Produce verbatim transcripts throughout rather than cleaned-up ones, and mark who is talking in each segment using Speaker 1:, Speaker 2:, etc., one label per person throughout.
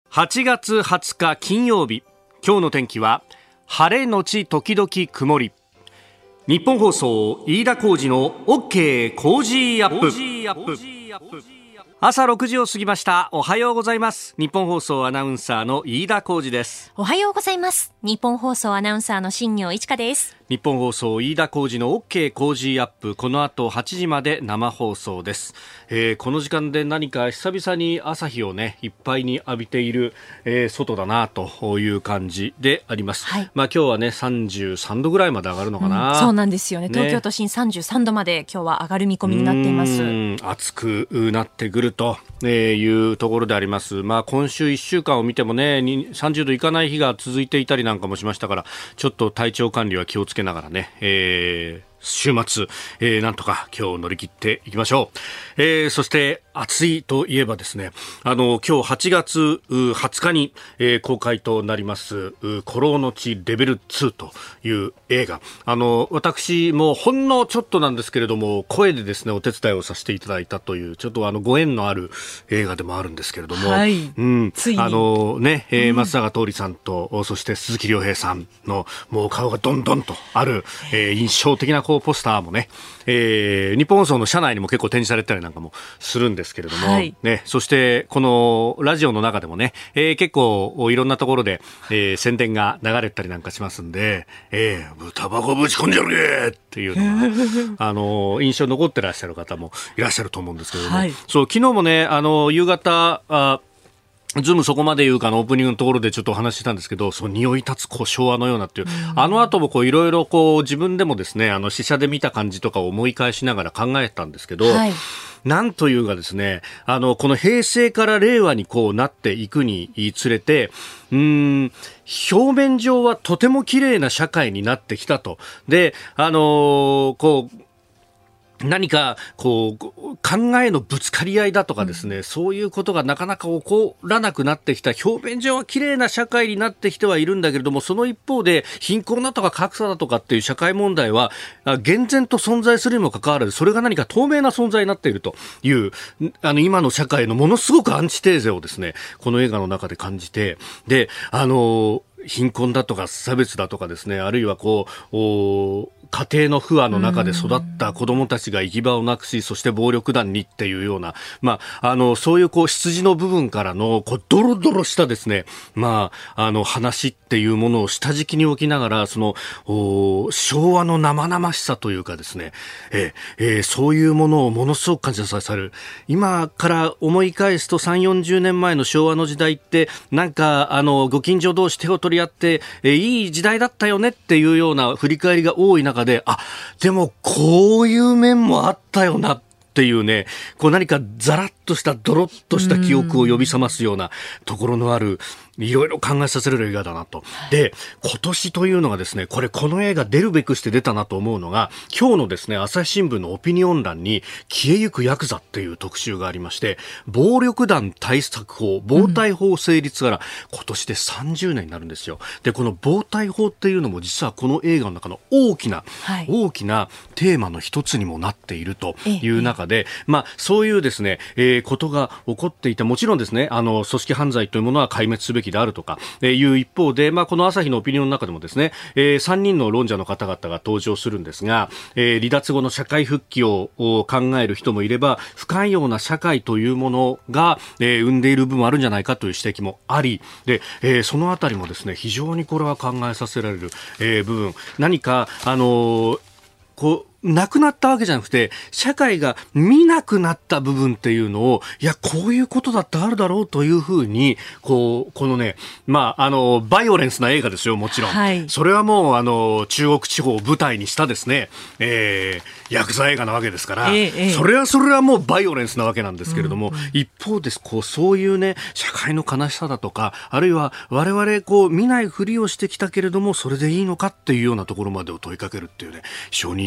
Speaker 1: はちがつはつか金曜日、今日の天気は晴れのち時々曇り。日本放送飯田浩司の OK 工事アップ。朝ろくじを過ぎました。おはようございます。日本放送アナウンサーの飯田浩司です。
Speaker 2: おはようございます。日本放送アナウンサーの新業一華です。
Speaker 1: 日本放送飯田浩司の OK 工事アップ、この後はちじまで生放送です。えー、この時間で何か久々に朝日をねいっぱいに浴びている、えー、外だなという感じであります。はい、まあ今日はねさんじゅうさんどぐらいまで上がるのかな、
Speaker 2: うん、そうなんですよね。東京都心さんじゅうさんどまで今日は上がる見込みになっています。
Speaker 1: うん、暑くなってくるというところであります。まあ今週いっしゅうかんを見てもねさんじゅうどいかない日が続いていたりなんかもしましたから、ちょっと体調管理は気をつけながらね、えー週末、えー、なんとか今日乗り切っていきましょう。えー、そして暑いといえばですね、あの今日はちがつはつかに、えー、公開となります孤狼の血レベルツーという映画、あの私もほんのちょっとなんですけれども声でですねお手伝いをさせていただいたというちょっとあのご縁のある映画でもあるんですけれども、
Speaker 2: はい、うん、ついに
Speaker 1: あのね、えー、松坂桃李さんと、うん、そして鈴木亮平さんのもう顔がどんどんとある、えー、印象的なポスターもね、えー、日本放送の社内にも結構展示されたりなんかもするんですけれども、はい、ね、そしてこのラジオの中でもね、えー、結構いろんなところで、えー、宣伝が流れたりなんかしますんで、えー、タバコぶち込んじゃるねっていうのがあの印象に残ってらっしゃる方もいらっしゃると思うんですけれども、はい、そう昨日もねあの夕方あズームそこまで言うかのオープニングのところでちょっとお話ししたんですけど、その匂い立つこう昭和のようなっていう、うん、あの後もこういろいろこう自分でもですねあの試写で見た感じとかを思い返しながら考えたんですけど、はい、なんというかですねあのこの平成から令和にこうなっていくにつれてうーん表面上はとても綺麗な社会になってきたと。であのー、こう何かこう考えのぶつかり合いだとかですね、うん、そういうことがなかなか起こらなくなってきた。表面上は綺麗な社会になってきてはいるんだけれども、その一方で貧困だとか格差だとかっていう社会問題は厳然と存在するにもかかわらず、それが何か透明な存在になっているというあの今の社会のものすごくアンチテーゼをですねこの映画の中で感じて、であの貧困だとか差別だとかですね、あるいはこう家庭の不和の中で育った子どもたちが行き場をなくし、そして暴力団にっていうような、まあ、あのそういうこう出自の部分からのこうドロドロしたですね、まあ、あの話っていうものを下敷きに置きながら、その昭和の生々しさというかですね、えーえー、そういうものをものすごく感じさせる。今から思い返すとさんじゅうよんじゅうねんまえの昭和の時代ってなんかあのご近所同士手を取り合って、えー、いい時代だったよねっていうような振り返りが多い中で、あ、でもこういう面もあったよなっていうね、こう何かザラッとしたドロッとした記憶を呼び覚ますようなところのあるいろいろ考えさせられる映画だなと。で、今年というのがですね、これこの映画出るべくして出たなと思うのが、今日のですね、朝日新聞のオピニオン欄に消えゆくヤクザっていう特集がありまして、暴力団対策法、暴対法成立から今年でさんじゅうねんになるんですよ。で、この暴対法っていうのも実はこの映画の中の大きな、はい、大きなテーマの一つにもなっているという中で、まあそういうですね、えー、ことが起こっていて、もちろんですね、あの組織犯罪というものは壊滅すべきであるとかいう一方で、まあ、この朝日のオピニオンの中でもですね、えー、さんにんの論者の方々が登場するんですが、えー、離脱後の社会復帰を考える人もいれば、不寛容な社会というものが、えー、生んでいる部分もあるんじゃないかという指摘もあり、で、えー、そのあたりもですね非常にこれは考えさせられる、えー、部分、何かあのー、こうなくなったわけじゃなくて社会が見なくなった部分っていうのを、いやこういうことだってあるだろうというふうにこうこのね、まああのバイオレンスな映画ですよ、もちろん、はい、それはもうあの中国地方を舞台にしたですね、えー、ヤクザ映画なわけですから、ええ、それはそれはもうバイオレンスなわけなんですけれども、うんうん、一方でこうそういうね社会の悲しさだとか、あるいは我々こう見ないふりをしてきたけれどもそれでいいのかっていうようなところまでを問いかけるっていうね、非常にいい映画だなと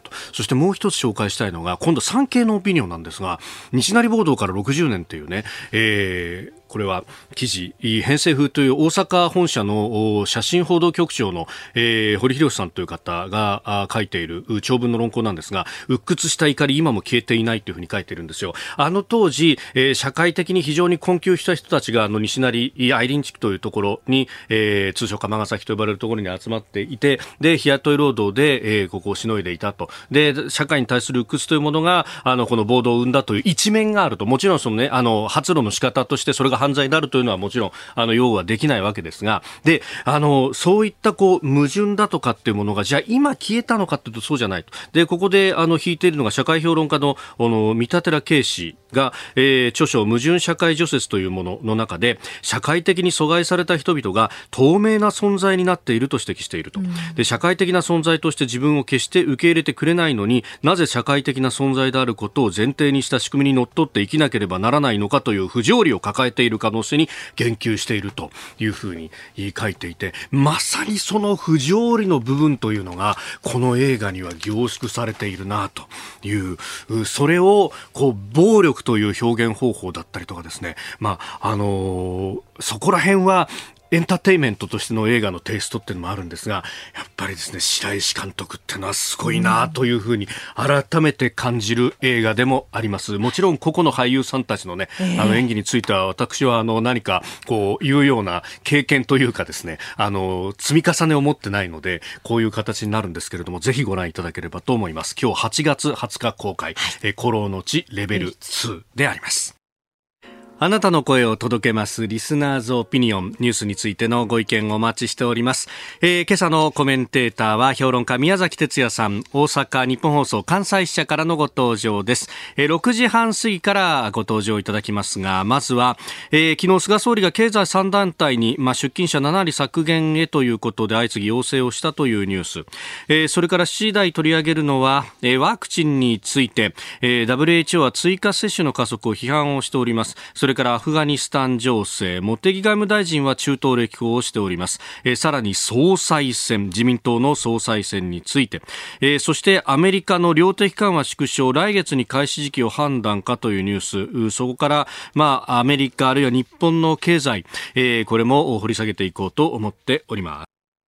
Speaker 1: と。そしてもう一つ紹介したいのが今度産経のオピニオンなんですが、西成暴動からろくじゅうねんというね、えーこれは記事、偏西風という大阪本社の写真報道局長の、えー、堀博さんという方が書いている長文の論考なんですが、鬱屈した怒り今も消えていないというふうに書いているんですよ。あの当時、えー、社会的に非常に困窮した人たちがあの西成愛林地区というところに、えー、通称釜ヶ崎と呼ばれるところに集まっていて、で日雇い労働で、えー、ここをしのいでいたと。で社会に対する鬱屈というものがあのこの暴動を生んだという一面があると。もちろんその、ね、あの発露の仕方としてそれが犯罪であるというのはもちろんあの擁護はできないわけですが、であのそういったこう矛盾だとかっていうものがじゃあ今消えたのかというとそうじゃないと。でここであの引いているのが社会評論家のあの三田寺圭氏が、えー、著書矛盾社会除説というものの中で、社会的に阻害された人々が透明な存在になっていると指摘していると。で社会的な存在として自分を決して受け入れてくれないのに、なぜ社会的な存在であることを前提にした仕組みにのっとって生きなければならないのかという不条理を抱えている可能性に言及しているというふうに書いていて、まさにその不条理の部分というのがこの映画には凝縮されているなという、それをこう暴力という表現方法だったりとかですね、まああのー、そこら辺はエンターテインメントとしての映画のテイストっていうのもあるんですが、やっぱりですね白石監督ってのはすごいなというふうに改めて感じる映画でもあります。もちろん個々の俳優さんたちのね、えー、あの演技については私はあの何かこういうような経験というかですね、あの積み重ねを持ってないのでこういう形になるんですけれども、ぜひご覧いただければと思います。今日はちがつはつか公開、はい、孤狼の地レベルにであります。あなたの声を届けますリスナーズオピニオン、ニュースについてのご意見をお待ちしております。えー、今朝のコメンテーターは評論家宮崎哲也さん、大阪日本放送関西支社からのご登場です。えー、ろくじはん過ぎからご登場いただきますが、まずは、えー、昨日菅総理が経済さん団体に、まあ、出勤者ななわり削減へということで相次ぎ要請をしたというニュース、えー、それからしちじ台取り上げるのは、えー、ワクチンについて、えー、ダブリューエイチオー は追加接種の加速を批判をしております。それそれからアフガニスタン情勢、茂木外務大臣は中東歴訪をしております。えー、さらに総裁選、自民党の総裁選について、えー、そしてアメリカの量的緩和縮小、来月に開始時期を判断かというニュース、そこから、まあ、アメリカあるいは日本の経済、えー、これも掘り下げていこうと思っております。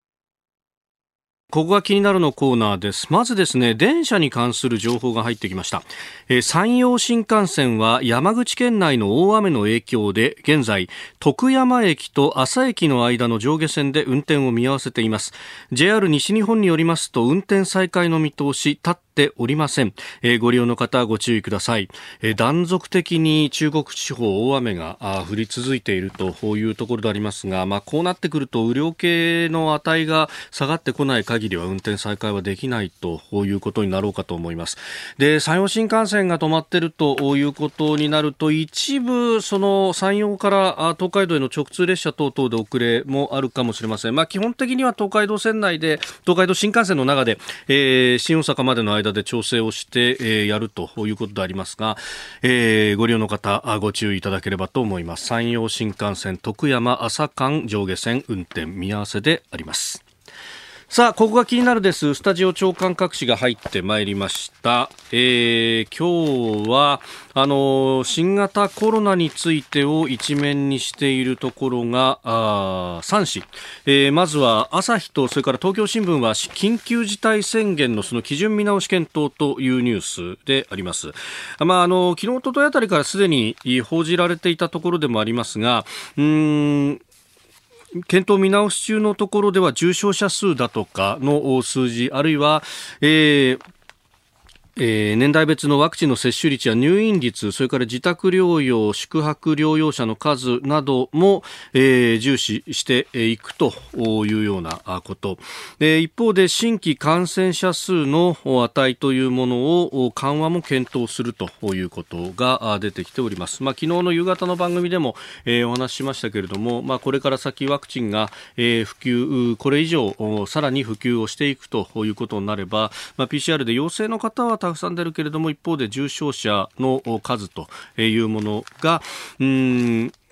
Speaker 1: ここが気になるのコーナーです。まずですね、電車に関する情報が入ってきました。えー、山陽新幹線は山口県内の大雨の影響で現在徳山駅と厚狭駅の間の上下線で運転を見合わせています。 ジェイアール 西日本によりますと運転再開の見通し立っておりません。えー、ご利用の方はご注意ください。えー、断続的に中国地方大雨が降り続いているというところでありますが、まあ、こうなってくると雨量計の値が下がってこない限りは運転再開はできないということになろうかと思います。で、山陽新幹線が止まっているということになると、一部その山陽から東海道への直通列車等々で遅れもあるかもしれません。まあ、基本的には東海道線内で東海道新幹線の中で、えー、新大阪までの間で調整をして、えー、やるということでありますが、えー、ご利用の方ご注意いただければと思います。山陽新幹線徳山厚狭間上下線運転見合わせであります。さあ、ここが気になるです。スタジオ長官各紙が入ってまいりました。えー、今日はあの新型コロナについてを一面にしているところがあさん紙、えー、まずは朝日とそれから東京新聞は緊急事態宣言のその基準見直し検討というニュースであります。まあ、あの昨日一昨日あたりからすでに報じられていたところでもありますが、うーん検討見直し中のところでは重症者数だとかの数字、あるいは、えーえー、年代別のワクチンの接種率や入院率、それから自宅療養、宿泊療養者の数なども、えー、重視していくというようなこと。で、一方で新規感染者数の値というものを緩和も検討するということが出てきております。まあ、昨日の夕方の番組でも、えー、お話ししましたけれども、まあ、これから先ワクチンが、えー、普及、これ以上さらに普及をしていくということになれば、まあ、ピーシーアール で陽性の方はたくさん出るけれども、一方で重症者の数というものがうーん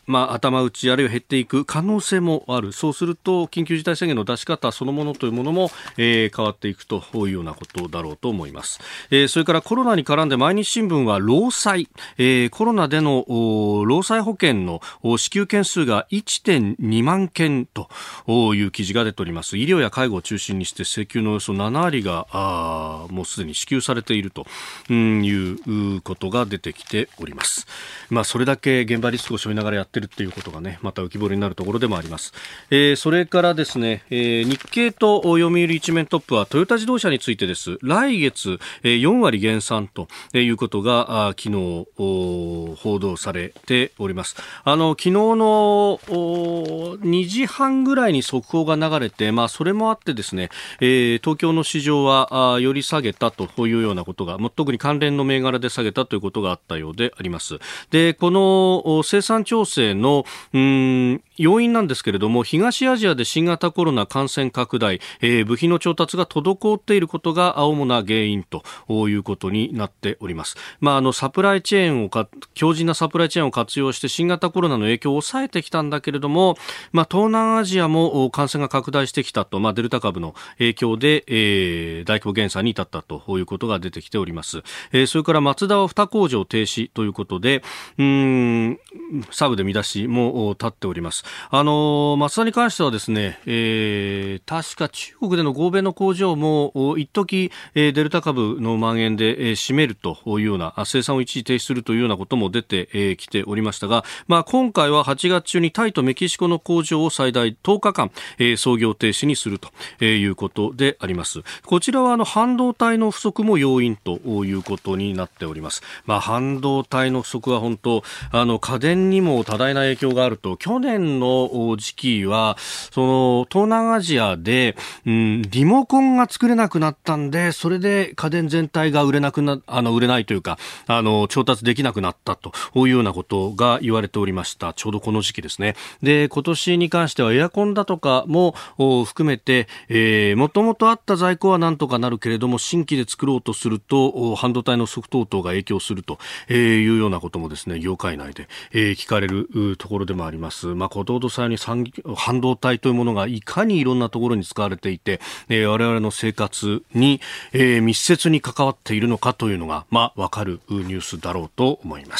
Speaker 1: まあ、頭打ちあるいは減っていく可能性もある。そうすると緊急事態宣言の出し方そのものというものも、えー、変わっていくというようなことだろうと思います。えー、それからコロナに絡んで毎日新聞は労災、えー、コロナでの労災保険の支給件数が いってんにまんけんという記事が出ております。医療や介護を中心にして請求のおよそななわりがあもうすでに支給されているということが出てきております。まあ、それだけ現場リスクを背負いながらやってるっていうことがね、また浮き彫りになるところでもあります。えー、それからですね、えー、日経と読売一面トップはトヨタ自動車についてです。来月、えー、よんわり減産ということが昨日報道されております。あの昨日のにじはんぐらいに速報が流れて、まあ、それもあってですね、えー、東京の市場はより下げたというようなことが、特に関連の銘柄で下げたということがあったようであります。で、この生産調整のうーん要因なんですけれども、東アジアで新型コロナ感染拡大、えー、部品の調達が滞っていることが主な原因ということになっております。まあ、あのサプライチェーンをか強靭なサプライチェーンを活用して新型コロナの影響を抑えてきたんだけれども、まあ、東南アジアも感染が拡大してきたと、まあ、デルタ株の影響で、えー、大規模減産に至ったということが出てきております。えー、それからマツダはに工場停止ということで、うーんサブで見出しも立っております。あのマツダに関してはですね、えー、確か中国での合弁の工場も一時、えー、デルタ株の蔓延で、えー、閉めるというような生産を一時停止するというようなことも出てき、えー、ておりましたが、まあ、今回ははちがつ中にタイとメキシコの工場を最大とおかかん、えー、操業停止にするということであります。こちらはあの半導体の不足も要因ということになっております。まあ、半導体の不足は本当あの家電にも多大な影響があると。去年の時期はその東南アジアで、うん、リモコンが作れなくなったんで、それで家電全体が売れなくなあの売れないというか、あの調達できなくなったというようなことが言われておりました。ちょうどこの時期ですね。で、今年に関してはエアコンだとかも含めて、えー、もともとあった在庫はなんとかなるけれども、新規で作ろうとすると半導体の不足等々が影響するというようなこともですね、業界内で、えー、聞かれるところでもあります。まあ、ことほどさらに半導体というものがいかにいろんなところに使われていて、えー、我々の生活に、えー、密接に関わっているのかというのが、まあ、わかるニュースだろうと思います。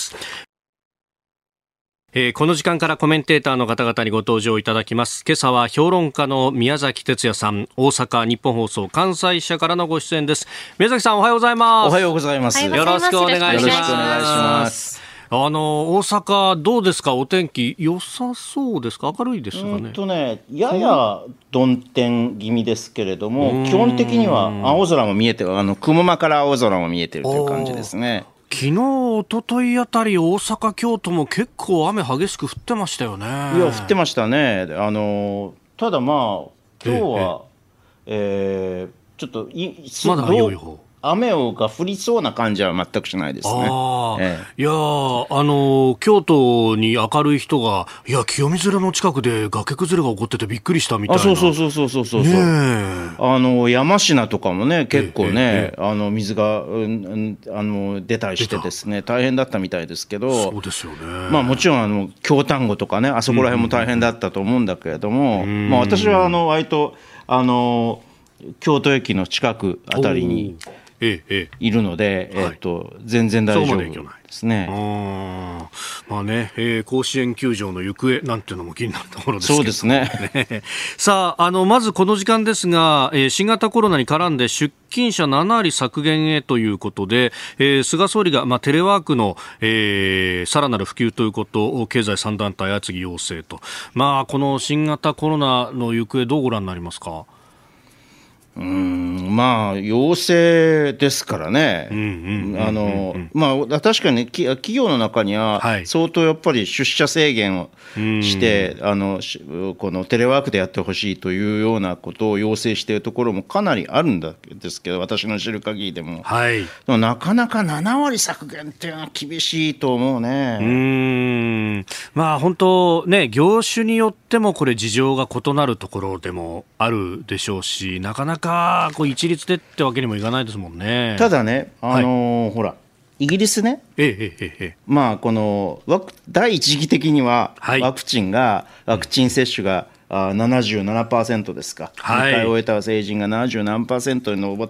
Speaker 1: えー、この時間からコメンテーターの方々にご登場いただきます。今朝は評論家の宮崎哲也さん、大阪日本放送関西支社からのご出演です。宮崎さん、おはようございます。
Speaker 3: おはようございます。
Speaker 1: よろしくお願いします。
Speaker 3: よろしくお願いします。
Speaker 1: あの大阪どうですか、お天気良さそうですか、明るいですかね。
Speaker 3: うんとね、やや曇天気味ですけれども、基本的には青空も見えて、あの雲間から青空も見えてるという感じですね。
Speaker 1: 昨日、一昨日あたり大阪、京都も結構雨激しく降ってましたよね。い
Speaker 3: や降ってましたね。あのただまあ今日は、えええー、ちょっとい
Speaker 1: まだ良い方、
Speaker 3: 雨が降りそうな感じは全くしないですね。
Speaker 1: あ、ええ、いやあの京都に明るい人が、いや清水寺の近くで崖崩れが起こっててびっくりしたみたいな。あ、
Speaker 3: そうそうそうそうそうそう、ね、あの山科とかもね結構ね、ええええ、あの水が、うん、あの出たりしてですね大変だったみたいですけど。
Speaker 1: そうですよね。
Speaker 3: まあもちろんあの京丹後とかねあそこら辺も大変だったと思うんだけれども、うんうんうん、まあ、私はあの割とあの京都駅の近くあたりにいるので、えーえーと、全然大丈夫ですね。
Speaker 1: あ、まあね、えー、甲子園球場の行方なんていうのも気になるところですけど、
Speaker 3: そうですね。
Speaker 1: さあ、あのまずこの時間ですが、えー、新型コロナに絡んで出勤者ななわり削減へということで、えー、菅総理が、まあ、テレワークの、えー、さらなる普及ということを経済さん団体相次ぎ要請と、まあ、この新型コロナの行方どうご覧になりますか。
Speaker 3: うーん、まあ陽性ですからね。あのまあ確かに企業の中には相当やっぱり出社制限をして、はい、あのこのテレワークでやってほしいというようなことを要請しているところもかなりあるんですけど、私の知る限りでも、はい、でもなかなかななわり削減っていうのは厳しいと思うね。
Speaker 1: うーん、まあ本当ね、業種によってもこれ事情が異なるところでもあるでしょうし、なかなかこう一律でってわけにもいかないですもんね。
Speaker 3: ただね、あのーはい、ほらイギリスね、
Speaker 1: ええええ、
Speaker 3: まあ、このワク第一義的にはワクチンが、はい、ワクチン接種があ ななじゅうななパーセント ですか、はい、にかい終えた成人がななじゅうなんパーセントに上って、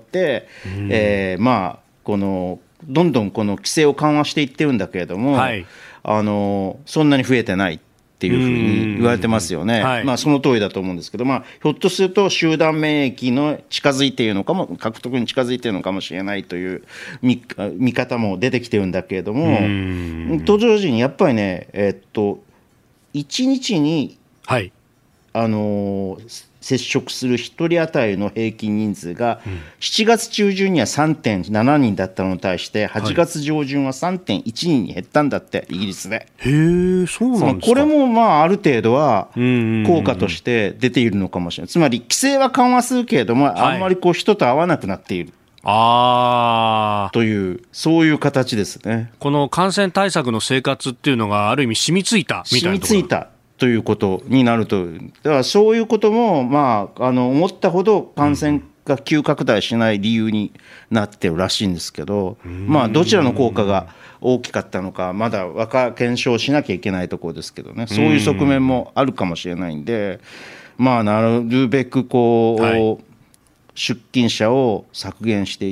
Speaker 3: えー、まあこのどんどんこの規制を緩和していってるんだけれども、はい、あのそんなに増えてないっていうふうに言われてますよね、はい、まあ、その通りだと思うんですけど、まあ、ひょっとすると集団免疫の近づいているのかも、獲得に近づいているのかもしれないという 見, 見方も出てきてるんだけれども、と同時にやっぱりね、えっと、いちにちに、はい、あの接触するひとり当たりの平均人数が、うん、しちがつ中旬には さんてんななにんだったのに対してはちがつ上旬は さんてんいちにんに減ったんだって、イギリスで。
Speaker 1: へー、そうなんですか。
Speaker 3: これもまあある程度は効果として出ているのかもしれない。つまり規制は緩和するけれども、はい、あんまりこう人と会わなくなっている、あというそういう形ですね。
Speaker 1: この感染対策の生活っていうのがある意味染みついたみたいなところ。
Speaker 3: 染みついたということになると、だからそういうことも、まあ、あの思ったほど感染が急拡大しない理由になってるらしいんですけど、まあ、どちらの効果が大きかったのかまだ検証しなきゃいけないところですけどね、そういう側面もあるかもしれないんで、まあ、なるべくこう、はい、出勤者を削減していって、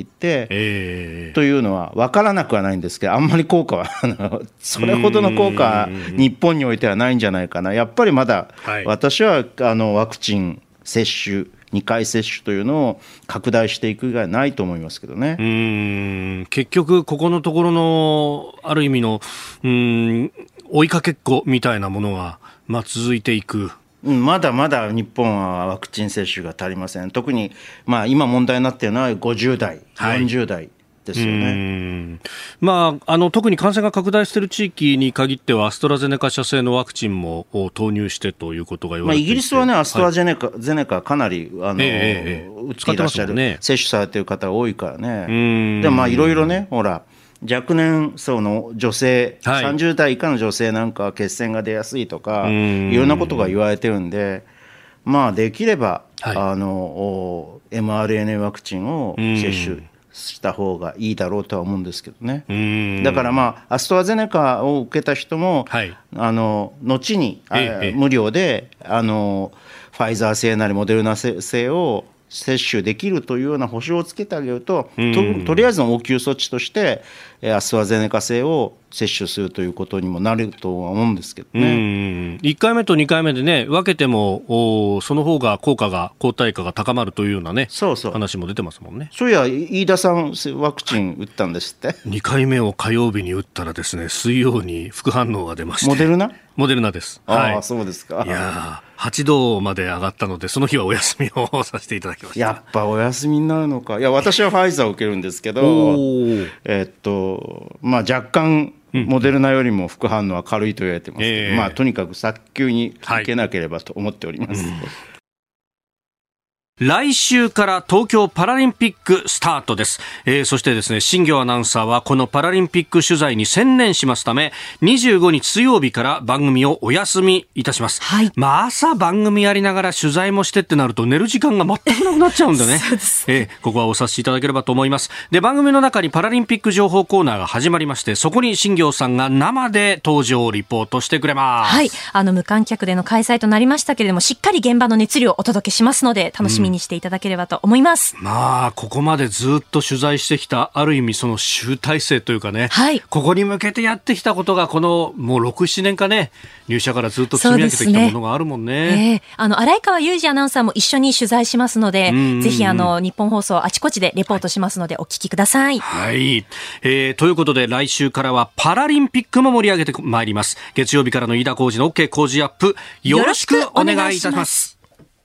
Speaker 3: えー、というのは分からなくはないんですけど、あんまり効果はそれほどの効果は日本においてはないんじゃないかな。やっぱりまだ私はあのワクチン接種にかい接種というのを拡大していく以外ないと思いますけどね。
Speaker 1: うーん、結局ここのところのある意味のうーん追いかけっこみたいなものが、まあ、続いていく。
Speaker 3: まだまだ日本はワクチン接種が足りません。特に、まあ、今問題になっているのはごじゅうだい、はい、よんじゅうだいですよね。
Speaker 1: うん、まあ、あの特に感染が拡大している地域に限ってはアストラゼネカ社製のワクチンも投入してということが言われていて、
Speaker 3: まあ、イギリスはね、アストラゼネカ、はい、ゼネカかなりあの、えーえー、打っていらっしゃる、ね、接種されている方が多いからね。でもまあいろいろね、ほら若年層の女性、はい、さんじゅうだい以下の女性なんかは血栓が出やすいとかいろんなことが言われてるんで、まあ、できれば、はい、あの エムアールエヌエー ワクチンを接種した方がいいだろうとは思うんですけどね。だからまあアストラゼネカを受けた人も、はい、あの後に、ええ、無料であのファイザー製なりモデルナ製を接種できるというような保証をつけてあげる と, と, とりあえずの応急措置としてアストラゼネカ製を接種するということにもなるとは思うんですけどね。
Speaker 1: うん、いっかいめとにかいめで、ね、分けてもその方が効果が抗体価が高まるというような、ね、そうそう話も出てますもんね。
Speaker 3: そういや飯田さんワクチン打ったんですって。
Speaker 1: にかいめを火曜日に打ったらですね、水曜に副反応が出まして。
Speaker 3: モデルナ
Speaker 1: モデルナです。
Speaker 3: あ、はい、そうですか。
Speaker 1: いやはちどまで上がったのでその日はお休みをさせていただきました。
Speaker 3: やっぱお休みになるのか。いや私はファイザーを受けるんですけどえっとまあ若干モデルナよりも副反応は軽いと言われてますけど、えーまあ、とにかく早急に受けなければと思っております、はい。うん、
Speaker 1: 来週から東京パラリンピックスタートです。えー、そしてですね、新業アナウンサーはこのパラリンピック取材に専念しますため、にじゅうごにち水曜日から番組をお休みいたします。はい。まあ、朝番組やりながら取材もしてってなると寝る時間が全くなくなっちゃうんでね。そうです。えー、ここはお察しいただければと思います。で、番組の中にパラリンピック情報コーナーが始まりまして、そこに新業さんが生で登場リポートしてくれます。
Speaker 2: はい。あの、無観客での開催となりましたけれども、しっかり現場の熱量をお届けしますので、楽しみにしていただければと思います。
Speaker 1: まあここまでずっと取材してきたある意味その集大成というかね、はい、ここに向けてやってきたことがこのもうろく、ななねんかね、入社からずっと積み上げてきたものがあるもんね。
Speaker 2: えー、あの荒井川裕二アナウンサーも一緒に取材しますので、ぜひあの日本放送あちこちでレポートしますのでお聞きください。
Speaker 1: はい、えー、ということで来週からはパラリンピックも盛り上げてまいります。月曜日からの飯田浩司の OK 工事アップ、よろしくお願いいたします。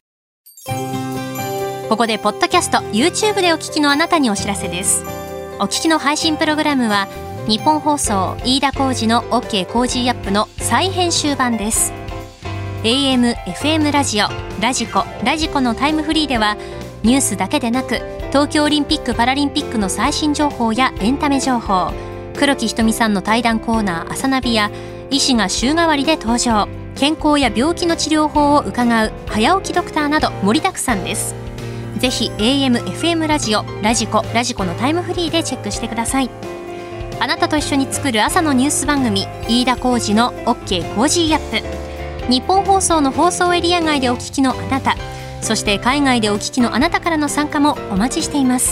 Speaker 2: ここでポッドキャスト YouTube でお聞きのあなたにお知らせです。お聞きの配信プログラムは日本放送飯田浩司の OK 工事アップの再編集版です。 エーエム、エフエム ラジオ、ラジコ、ラジコのタイムフリーではニュースだけでなく東京オリンピック・パラリンピックの最新情報やエンタメ情報、黒木ひとみさんの対談コーナー朝ナビや医師が週替わりで登場、健康や病気の治療法を伺う早起きドクターなど盛りだくさんです。ぜひ エーエム、エフエム ラジオ、ラジコ、ラジコのタイムフリーでチェックしてください。 あなたと一緒に作る朝のニュース番組、飯田浩司の OK コージーアップ。日本放送の放送エリア外でお聞きのあなた、そして海外でお聞きのあなたからの参加もお待ちしています。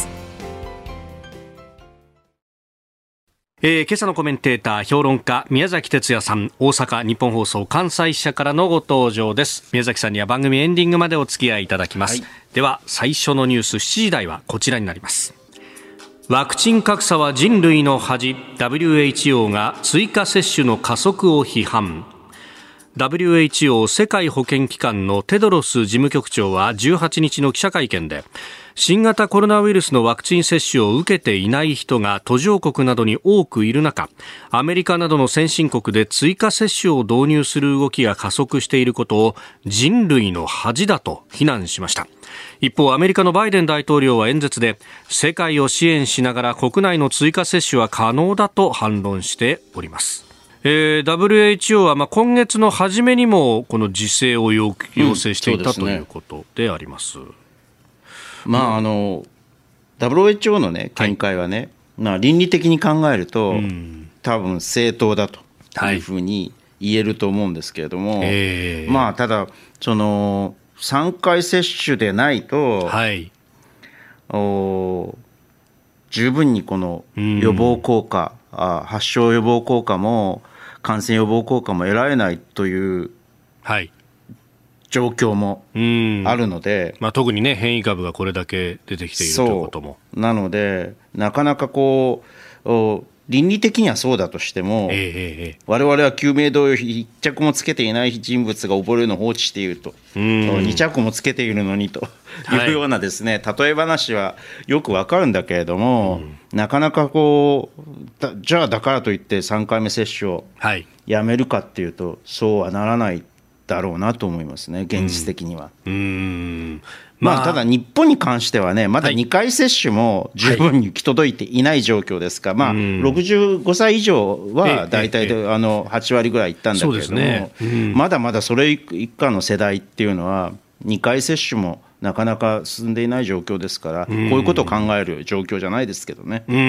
Speaker 1: えー、今朝のコメンテーター、評論家宮崎哲也さん、大阪日本放送関西支社からのご登場です。宮崎さんには番組エンディングまでお付き合いいただきます、はい、では最初のニュースしちじ台はこちらになります。ワクチン格差は人類の恥、 ダブリューエイチオー が追加接種の加速を批判。 ダブリューエイチオー 世界保健機関のテドロス事務局長はじゅうはちにちの記者会見で、新型コロナウイルスのワクチン接種を受けていない人が途上国などに多くいる中、アメリカなどの先進国で追加接種を導入する動きが加速していることを人類の恥だと非難しました。一方、アメリカのバイデン大統領は演説で、世界を支援しながら国内の追加接種は可能だと反論しております。えー、ダブリューエイチオー はまあ今月の初めにもこの自制を要請していた、うん、ということであります。
Speaker 3: まあ、あの ダブリューエイチオー の、ね、見解はね、はい、まあ、倫理的に考えると、うん、多分正当だというふうに言えると思うんですけれども、はい、えー、まあ、ただそのさんかい接種でないと、はい、お十分にこの予防効果、うん、あ発症予防効果も感染予防効果も得られないという、はい、状況もあるので、
Speaker 1: まあ、特にね、変異株がこれだけ出てきているということも。
Speaker 3: なのでなかなかこう倫理的にはそうだとしても、えー、我々は救命胴衣いっ着もつけていない人物が溺れるのを放置していると、に着もつけているのにというようなですね、はい、例え話はよくわかるんだけれども、うん、なかなかこうじゃあだからといってさんかいめ接種をやめるかっていうと、そうはならないだろうなと思いますね、現実的には。うん、うーん、まあまあ、ただ日本に関してはね、まだにかい接種も十分に行き届いていない状況ですから、はい、まあ、ろくじゅうごさい以上は大体であのはちわりぐらいいったんだけれども、ね、うん、まだまだそれ以下の世代っていうのはにかい接種もなかなか進んでいない状況ですから、こういうことを考える状況じゃないですけどね。
Speaker 1: うん、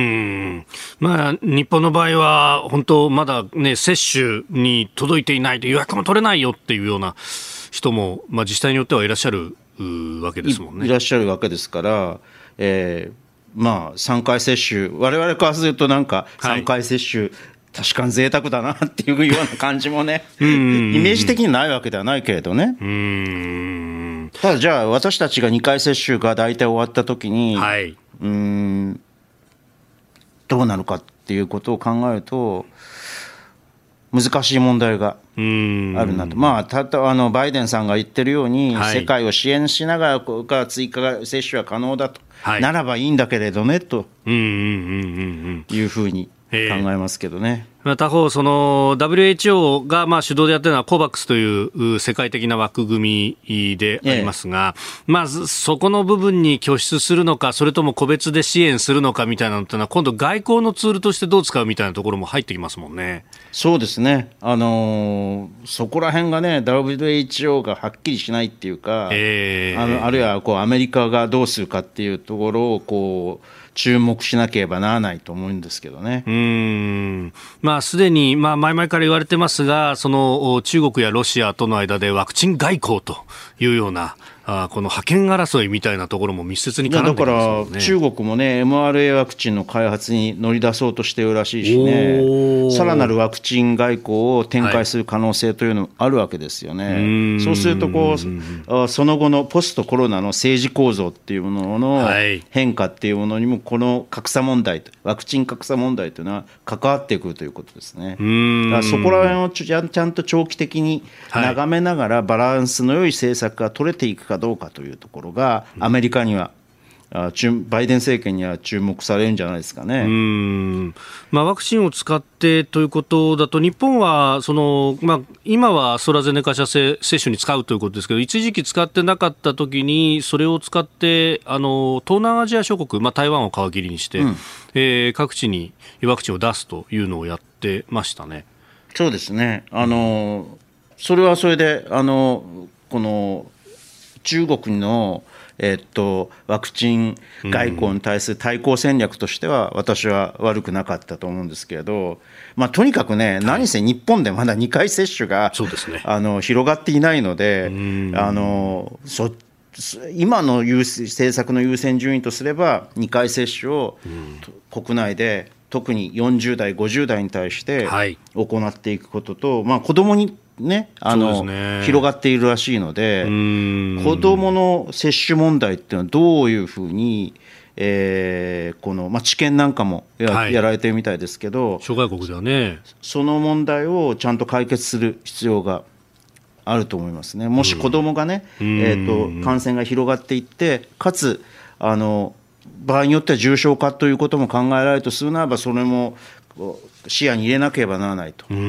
Speaker 1: まあ、日本の場合は本当まだ、ね、接種に届いていないと、予約も取れないよっていうような人も、まあ、自治体によってはいらっしゃるわけですもんね。
Speaker 3: い, いらっしゃるわけですから、えーまあ、さんかい接種、我々からするとなんかさんかい接種、はい、確かに贅沢だなっていうような感じもねイメージ的にないわけではないけれどね。うーん、ただじゃあ私たちがにかい接種が大体終わった時に、はい、うーんどうなるかっていうことを考えると難しい問題があるなと。まあ、ただあのバイデンさんが言ってるように、はい、世界を支援しながら追加接種は可能だと、はい、ならばいいんだけれどねというふうに考えますけどね。
Speaker 1: 他方、その ダブリューエイチオー がまあ主導でやっているのはコバックスという世界的な枠組みでありますが、ええ、まずそこの部分に拠出するのか、それとも個別で支援するのかみたいなのってのは、今度外交のツールとしてどう使うみたいなところも入ってきますもんね。
Speaker 3: そうですね、あのー、そこら辺がね ダブリューエイチオー がはっきりしないっていうか、えー、あのあるいはこうアメリカがどうするかっていうところをこう注目しなければならないと思うんですけどね。うー
Speaker 1: ん、まあ、すでに、まあ、前々から言われてますが、その中国やロシアとの間でワクチン外交というようなあこの覇権争いみたいなところも密接に絡んできますよね。
Speaker 3: だから中国もね エムアールエー ワクチンの開発に乗り出そうとしているらしいしね、さらなるワクチン外交を展開する可能性というのもあるわけですよね、はい、そうするとこうその後のポストコロナの政治構造っていうものの変化っていうものにもこの格差問題、ワクチン格差問題というのは関わってくるということですね。うーん、だからそこら辺をちゃん、ちゃんと長期的に眺めながらバランスの良い政策が取れていくかどうかというところがアメリカには、バイデン政権には注目されるんじゃないですかね。うー
Speaker 1: ん、まあ、ワクチンを使ってということだと、日本はその、まあ、今はアストラゼネカ社接種に使うということですけど、一時期使ってなかったときにそれを使ってあの東南アジア諸国、まあ、台湾を皮切りにして、うん、えー、各地にワクチンを出すというのをやってましたね。
Speaker 3: そうですね、あのそれはそれであのこの中国のえー、っとワクチン外交に対する対抗戦略としては私は悪くなかったと思うんですけれど、まあ、とにかくね、何せ日本でまだにかい接種が、そうですね、あの広がっていないので、あのそ今の政策の優先順位とすればにかい接種を国内で特によんじゅう代ごじゅう代に対して行っていくことと、はい、まあ、子どもに、ね、あのね、広がっているらしいので、子どもの接種問題っていうのはどういうふうに、えーこのまあ、治験なんかも や,、はい、やられてるみたいですけど、
Speaker 1: 諸外国ではね、
Speaker 3: その問題をちゃんと解決する必要があると思いますね。もし子どもがね、うん、えーと、感染が広がっていって、かつあの場合によっては重症化ということも考えられるとするならば、それも視野に入れなければならないと、うん、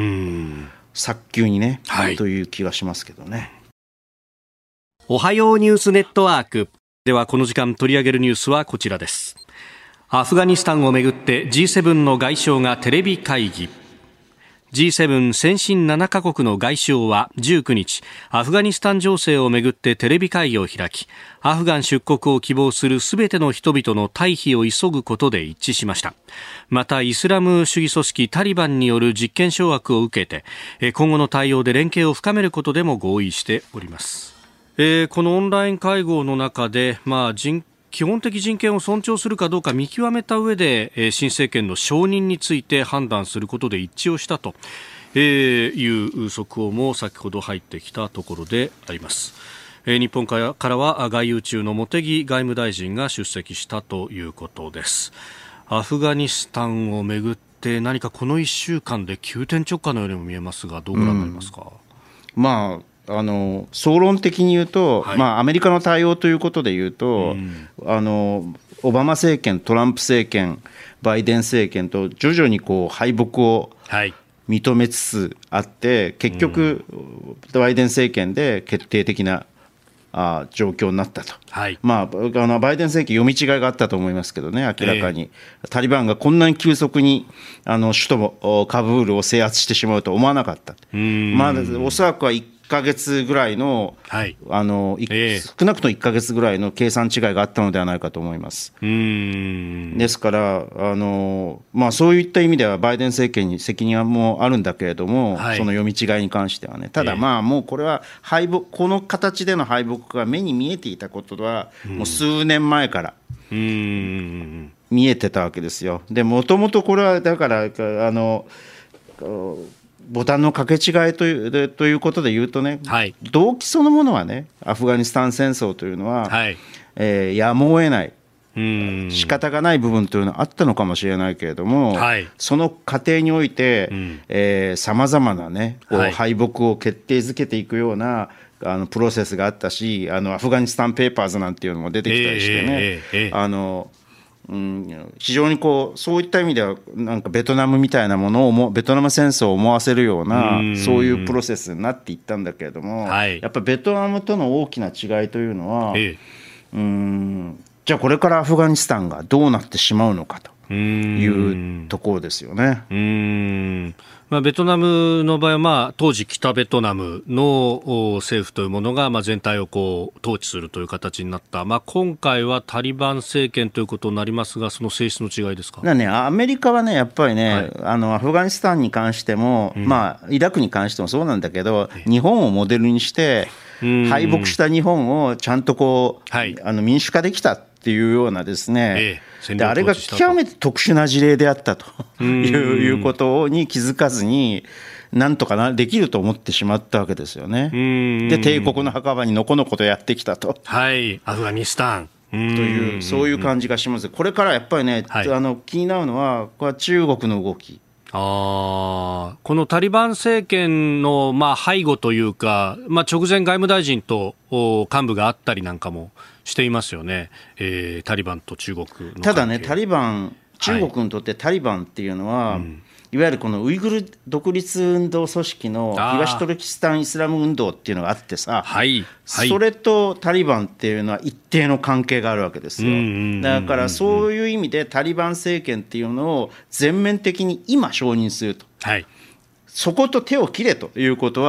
Speaker 3: 早急にね、はい、という気がしますけどね。
Speaker 1: おはようニュースネットワークでは、この時間取り上げるニュースはこちらです。アフガニスタンをめぐって ジーセブン の外相がテレビ会議。 ジーセブン 先進ななカ国の外相はじゅうくにち、アフガニスタン情勢をめぐってテレビ会議を開き、アフガン出国を希望するすべての人々の退避を急ぐことで一致しました。また、イスラム主義組織タリバンによる実権掌握を受けて、今後の対応で連携を深めることでも合意しております。えー、このオンライン会合の中で、まあ、人基本的人権を尊重するかどうか見極めた上で、えー、新政権の承認について判断することで一致をしたと、えー、いう速報も先ほど入ってきたところであります。えー、日本からからは外遊中の茂木外務大臣が出席したということです。アフガニスタンをめぐって何かこのいっしゅうかんで急転直下のようにも見えますが、どうご覧になりますか。
Speaker 3: うん、まああの総論的に言うと、はい、まあ、アメリカの対応ということで言うと、うん、あのオバマ政権、トランプ政権、バイデン政権と徐々にこう敗北を認めつつあって、はい、結局、うん、バイデン政権で決定的なあ状況になったと、はい、まあ、あのバイデン政権読み違いがあったと思いますけどね、明らかに、えー、タリバンがこんなに急速にあの首都カブールを制圧してしまうと思わなかった。うん、まあ、おそらくはいっかげつぐらいの、はい、あのえー、少なくともいっかげつぐらいの計算違いがあったのではないかと思います。うーん、ですからあの、まあ、そういった意味ではバイデン政権に責任はもうあるんだけれども、はい、その読み違いに関してはね。ただ、まあ、もうこれは敗北、この形での敗北が目に見えていたことはもう数年前からうーん見えてたわけですよ。でもともとこれはだからあのボタンの掛け違いという、ということで言うとね、はい、動機そのものはね、アフガニスタン戦争というのは、はい、えー、やむを得ない、うん仕方がない部分というのはあったのかもしれないけれども、はい、その過程においてさまざまなね、こう敗北を決定づけていくようなあのプロセスがあったし、あのアフガニスタンペーパーズなんていうのも出てきたりしてね、えーえーえー、あのうん、非常にこうそういった意味ではなんかベトナムみたいなものをもベトナム戦争を思わせるようなそういうプロセスになっていったんだけれども、はい、やっぱりベトナムとの大きな違いというのは、ええ、うんじゃあこれからアフガニスタンがどうなってしまうのかというところですよね。
Speaker 1: うーん、まあ、ベトナムの場合は、まあ、当時北ベトナムの政府というものが、まあ、全体をこう統治するという形になった、まあ、今回はタリバン政権ということになりますが、その性質の違いですか。
Speaker 3: だね、アメリカはねやっぱりね、はい、あのアフガニスタンに関しても、うんまあ、イラクに関してもそうなんだけど、日本をモデルにして敗北した日本をちゃんとこう、はい、あの民主化できたっていうようなですね、ええ、であれが極めて特殊な事例であったということに気づかずになんとかなできると思ってしまったわけですよね。で帝国の墓場にのこのことやってきたと、
Speaker 1: はい、アフガニスタン
Speaker 3: というそういう感じがします。これからやっぱりね、はい、あの気になるのはこれは中国の動き。
Speaker 1: あこのタリバン政権のまあ背後というか、まあ、直前外務大臣と幹部があったりなんかもしていますよね、えー、タリバンと中国の関係。
Speaker 3: ただね、タリバン中国にとってタリバンっていうのは、はいうん、いわゆるこのウイグル独立運動組織の東トルキスタンイスラム運動っていうのがあってさ、はいはい、それとタリバンっていうのは一定の関係があるわけですよ。だからそういう意味でタリバン政権っていうのを全面的に今承認すると、はい、そこと手を切れということは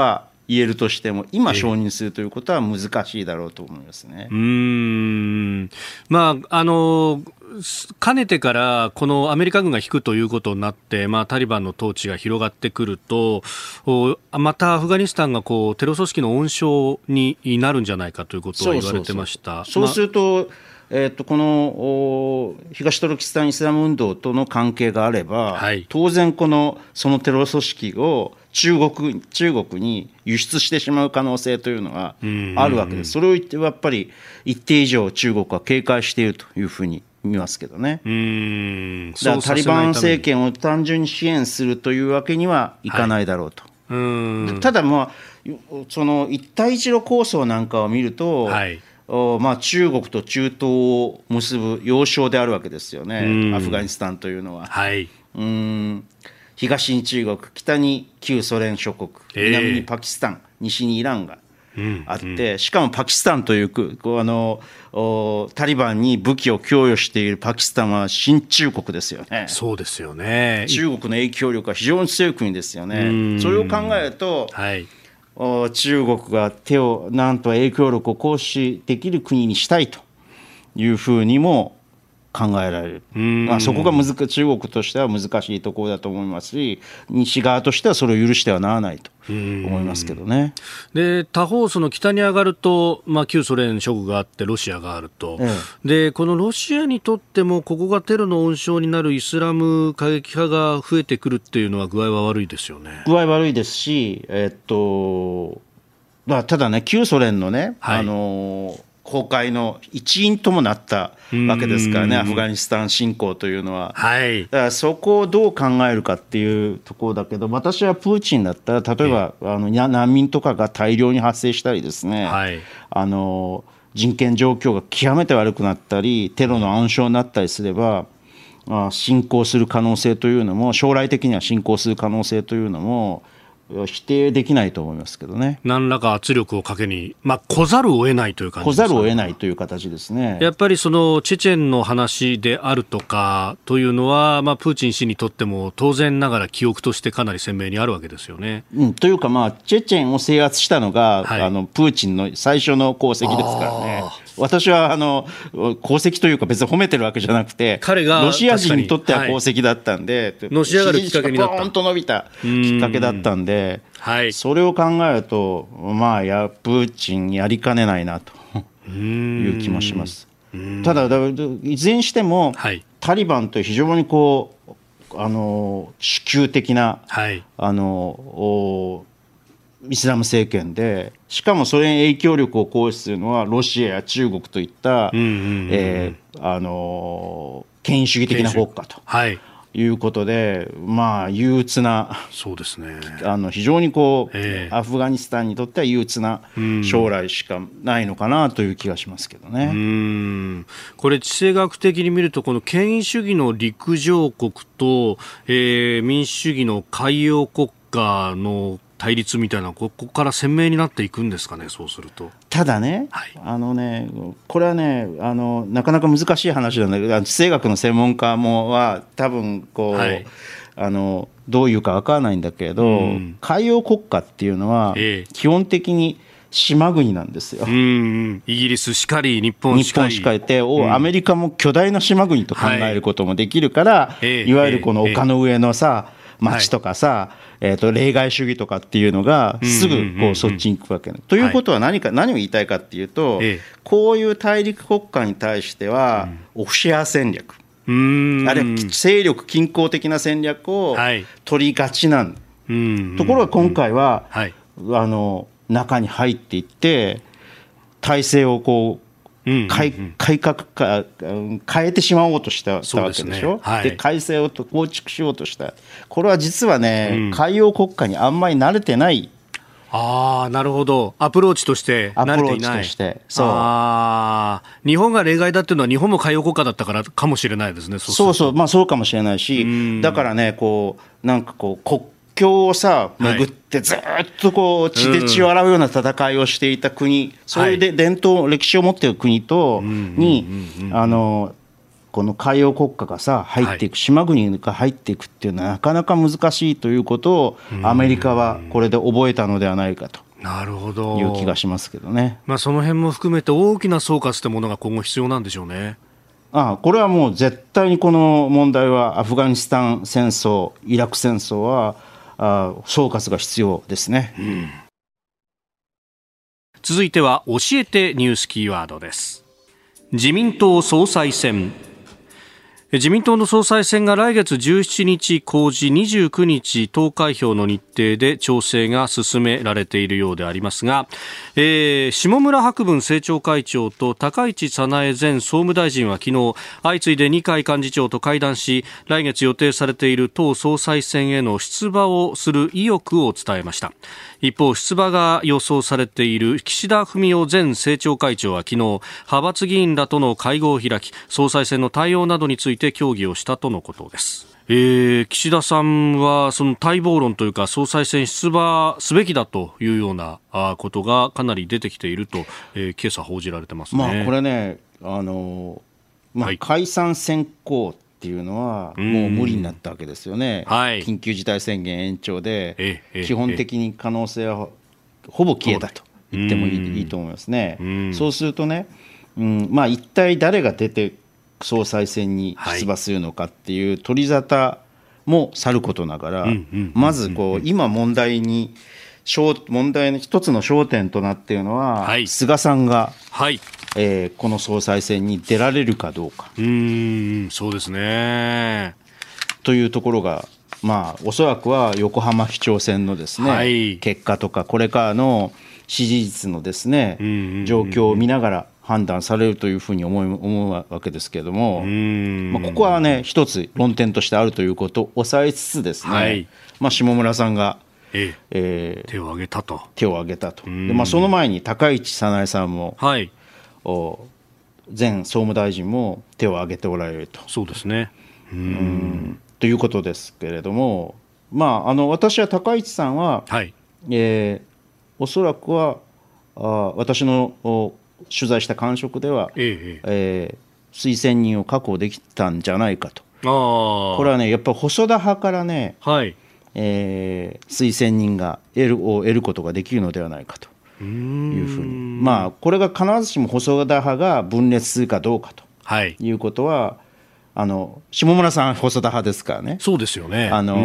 Speaker 3: 言えるとしても今承認するということは難しいだろうと思いますね。
Speaker 1: うーん、まああのかねてからこのアメリカ軍が引くということになって、まあ、タリバンの統治が広がってくるとまたアフガニスタンがこうテロ組織の温床になるんじゃないかということは言われてました。
Speaker 3: そうすると、えー、とこの東トルキスタンイスラム運動との関係があれば、はい、当然このそのテロ組織を中国、中国に輸出してしまう可能性というのはあるわけです。それを言ってやっぱり一定以上中国は警戒しているというふうに見ますけどね。うーん、だからタリバン政権を単純に支援するというわけにはいかないだろうと。はい、うーん、ただ、まあ、その一帯一路構想なんかを見ると、はい、まあ、中国と中東を結ぶ要衝であるわけですよね、アフガニスタンというのは。はい、うーん、東に中国、北に旧ソ連諸国、南にパキスタン、えー、西にイランがあって、うんうん、しかもパキスタンというあのタリバンに武器を供与しているパキスタンは親中国ですよね。
Speaker 1: そうですよね。
Speaker 3: 中国の影響力は非常に強い国ですよね。それを考えると、はい、中国が手をなんと影響力を行使できる国にしたいというふうにも考えられる。まあ、そこが難中国としては難しいところだと思いますし、西側としてはそれを許してはならないと思いますけどね。
Speaker 1: で他方その北に上がると、まあ、旧ソ連諸国があってロシアがあると、ええ、でこのロシアにとってもここがテロの温床になるイスラム過激派が増えてくるっていうのは具合は悪いですよね。
Speaker 3: 具合悪いですし、えっとまあ、ただね旧ソ連のね、はい、あの崩壊の一因ともなったわけですからね、アフガニスタン侵攻というのは、はい、だからそこをどう考えるかっていうところだけど、私はプーチンだったら例えば、えー、あの難民とかが大量に発生したりですね、はい、あの人権状況が極めて悪くなったりテロの暗礁になったりすれば、まあ、侵攻する可能性というのも将来的には侵攻する可能性というのも否定できないと思いますけどね。
Speaker 1: 何らか圧力をかけに、まあ、来ざるを得ないという感じですか。
Speaker 3: 来ざるを得ないという形ですね。
Speaker 1: やっぱりそのチェチェンの話であるとかというのは、まあ、プーチン氏にとっても当然ながら記憶としてかなり鮮明にあるわけですよね。
Speaker 3: うん、というか、まあ、チェチェンを制圧したのが、はい、あのプーチンの最初の功績ですからね。私はあの功績というか別に褒めてるわけじゃなくて、彼がロシア人にとっては功績だったんで、はい、
Speaker 1: のし上がるきっかけになった、
Speaker 3: ポーンと伸びたきっかけだったんで、はい、それを考えると、まあ、やプーチンやりかねないなという気もします。ただ、いずれにしても、はい、タリバンという非常にこうあの主級的な、はい、あのイスラム政権で、しかもそれに影響力を行使するのはロシアや中国といった、えー、あの権威主義的な国家と。いうことで、まあ、憂鬱な、
Speaker 1: そうですね、
Speaker 3: あの非常にこう、えー、アフガニスタンにとっては憂鬱な将来しかないのかなという気がしますけどね。
Speaker 1: うん、これ地政学的に見ると、この権威主義の陸上国と、えー、民主主義の海洋国家の対立みたいな、ここから鮮明になっていくんですかね、そうすると。
Speaker 3: ただね、はい、あのねこれはねあのなかなか難しい話なんだけど、地政学の専門家もは多分こう、はい、あのどういうか分からないんだけど、うん、海洋国家っていうのは基本的に島国なんですよ。
Speaker 1: うん、イギリスしかり日本しかり
Speaker 3: 日本しかりて、うん、アメリカも巨大な島国と考えることもできるから、はい、いわゆるこの丘の上のさ、えー、町とかさ、はいえー、と例外主義とかっていうのがすぐこうそっちに行くわけ、ね、ということは何か、はい、何を言いたいかっていうと、ええ、こういう大陸国家に対しては、うん、オフシェア戦略、うーんあるいは勢力均衡的な戦略を取りがちなん、はい、うんところが今回は、はい、あの中に入っていって体制をこう改革か変えてしまおうとしたわけでしょ。 で、ねはい、で改正を構築しようとした。これは実はね、うん、海洋国家にあんまり慣れてない。
Speaker 1: ああ、なるほど。アプローチとして慣れていない。アプローチとしてそう。あ日本が例外だっていうのは日本も海洋国家だったからかもしれないですね。
Speaker 3: そうそうそう、まあ、そうかもしれないし、だからねこうなんかこう国境をさ巡ってずっとこう血で血を洗うような戦いをしていた国、うん、そういうで伝統歴史を持っている国とにあのこの海洋国家がさ入っていく、はい、島国が入っていくっていうのはなかなか難しいということをアメリカはこれで覚えたのではないかと
Speaker 1: なるほど
Speaker 3: いう気がしますけどね。
Speaker 1: まあ、その辺も含めて大きな総括というものが今後必要なんでしょうね。
Speaker 3: ああ、これはもう絶対にこの問題はアフガニスタン戦争、イラク戦争はあ総括が必要ですね、うん、
Speaker 1: 続いては教えてニュースキーワードです。自民党総裁選。自民党の総裁選が来月じゅうしちにち公示、にじゅうくにち投開票の日程で調整が進められているようでありますが、えー、下村博文政調会長と高市早苗前総務大臣は昨日相次いで二階幹事長と会談し、来月予定されている党総裁選への出馬をする意欲を伝えました。一方、出馬が予想されている岸田文雄前政調会長は昨日派閥議員らとの会合を開き、総裁選の対応などについて協議をしたとのことです。えー、岸田さんはその待望論というか総裁選出馬すべきだというようなことがかなり出てきていると、えー、今朝報じられてますね。
Speaker 3: まあ、これね、あの、まあはい、解散選考っていうのはもう無理になったわけですよね、はい、緊急事態宣言延長で基本的に可能性はほぼ消えたと言ってもいい、いいと思いますね。そうするとね、うん、まあ、一体誰が出て総裁選に出馬するのかっていう取り沙汰もさることながら、まずこう今問題に問題の一つの焦点となっているのは、はい、菅さんが、はいえー、この総裁選に出られるかどうか、
Speaker 1: うーんそうですね
Speaker 3: というところが、まあ、おそらくは横浜市長選のですね、はい、結果とかこれからの支持率のですね状況を見ながら判断されるというふうに思い思うわけですけれども、まあ、ここはね一つ論点としてあるということを抑えつつですね、はいまあ、下村さんが
Speaker 1: えええー、手を挙げたと
Speaker 3: 手を挙げたとで、まあ、その前に高市早苗さんも、はい、前総務大臣も手を挙げておられると
Speaker 1: そうですねうーん
Speaker 3: うんということですけれども、まあ、あの私は高市さんは、はいえー、おそらくはあ私の取材した感触では、えええー、推薦人を確保できたんじゃないかと。あこれはねやっぱり細田派からね、はいえー、推薦人が得るを得ることができるのではないかというふうに、まあ、これが必ずしも細田派が分裂するかどうかということは、はい、あの下村さんは細田派ですからね
Speaker 1: そうですよね
Speaker 3: あの、うん、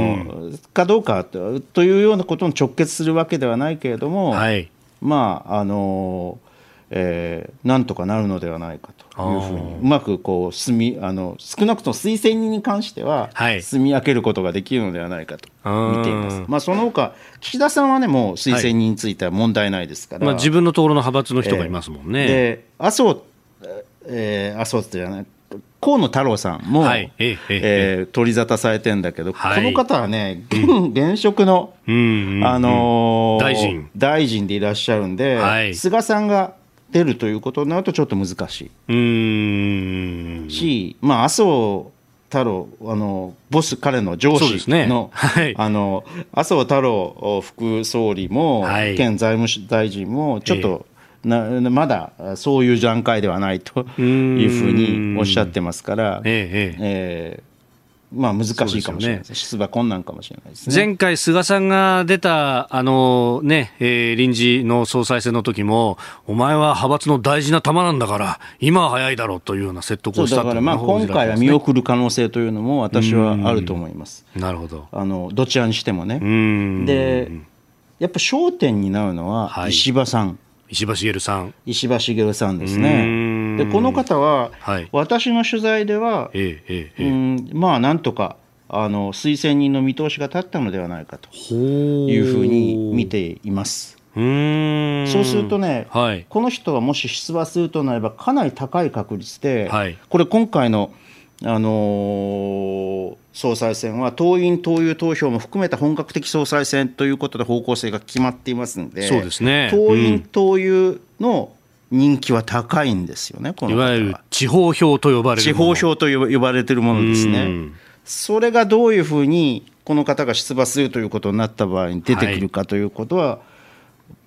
Speaker 3: かどうか と, というようなことに直結するわけではないけれども、はいまああのえー、なんとかなるのではないかというふうにうまくこう進みあの少なくとも推薦人に関しては住み分けることができるのではないかと見ています、まあ、その他岸田さんはねもう推薦人については問題ないですから、はい
Speaker 1: まあ、自分のところの派閥の人がいますもんね、えー、
Speaker 3: で麻生、えー、麻生ってじゃない河野太郎さんも、はいえーえー、取り沙汰されてるんだけど、はい、この方はね、うん、現職の、うんうんうんあのー、大臣大臣でいらっしゃるんで、はい、菅さんが出るということになるとちょっと難しいうーんし、まあ、麻生太郎あのボス彼の上司の、ねはい、あの麻生太郎副総理も、はい、現財務大臣もちょっと、えー、なまだそういう段階ではないというふうにおっしゃってますから、えーえーまあ、難しいかもしれないですね。出馬困難かもしれないですね。
Speaker 1: 前回菅さんが出たあの、ねえー、臨時の総裁選の時もお前は派閥の大事な玉なんだから今は早いだろうというような説得をしたというのが報じられてますね。
Speaker 3: だからまあ今回は見送る可能性というのも私はあると思います。
Speaker 1: なるほど。
Speaker 3: あのどちらにしてもね。うんでやっぱ焦点になるのは石破さん、はい、
Speaker 1: 石破茂さん
Speaker 3: 石破茂さんですね。でこの方は、はい、私の取材では、ええええうんまあ、なんとかあの推薦人の見通しが立ったのではないかというふうに見ています。うーんそうするとね、はい、この人がもし出馬するとなればかなり高い確率で、はい、これ今回の、あのー、総裁選は党員党友投票も含めた本格的総裁選ということで方向性が決まっていますので、
Speaker 1: そうですね、
Speaker 3: 党員党友の人気は高いんですよね。この方は。
Speaker 1: いわゆる地方票と呼ばれる
Speaker 3: 地方票と呼ばれているものですね。それがどういうふうにこの方が出馬するということになった場合に出てくるかということは、はい、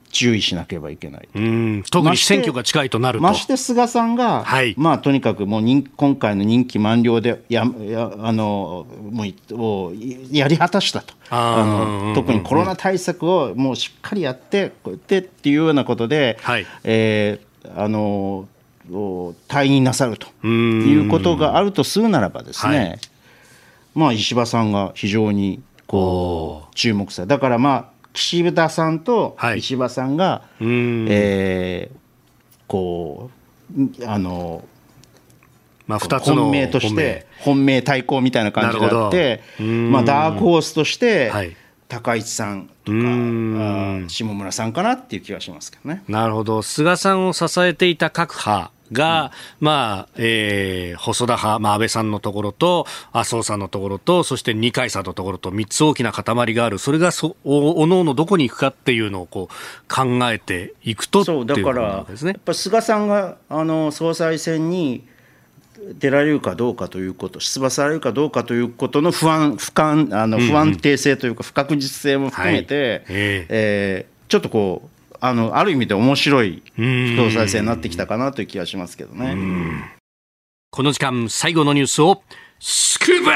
Speaker 3: 注意しなければいけない。
Speaker 1: うん、特に選挙が近いとなると、
Speaker 3: まして菅さんが、はい、まあ、とにかくもう任今回の任期満了でややあのもうをやり果たしたと、あの特にコロナ対策をもうしっかりやってこうやってっていうようなことで、はい、えー、あの退任なさるということがあるとするならばですね、はい、まあ、石破さんが非常にこう注目され、だからまあ岸田さんと石破さんが、はい、えー、こうあの、
Speaker 1: まあ、ふたつの
Speaker 3: 本命として本命対抗みたいな感じであって、まあ、ダークホースとして、はい、高市さんとか下村さんかなっていう気がしますけどね。
Speaker 1: なるほど。菅さんを支えていた各派が、うん、まあえー、細田派、まあ、安倍さんのところと麻生さんのところと、そして二階さんのところとみっつ大きな塊がある。それがそおのおのどこに行くかっていうのをこう考えていくとっていうことなんですね。
Speaker 3: やっぱ菅さんがあの総裁選に出られるかどうかということ、出馬されるかどうかということの不安、不安、あの不安定性というか不確実性も含めて、はい、えーえー、ちょっとこうあのある意味で面白い総裁選になってきたかなという気がしますけどね。
Speaker 1: この時間最後のニュースをスクープアッ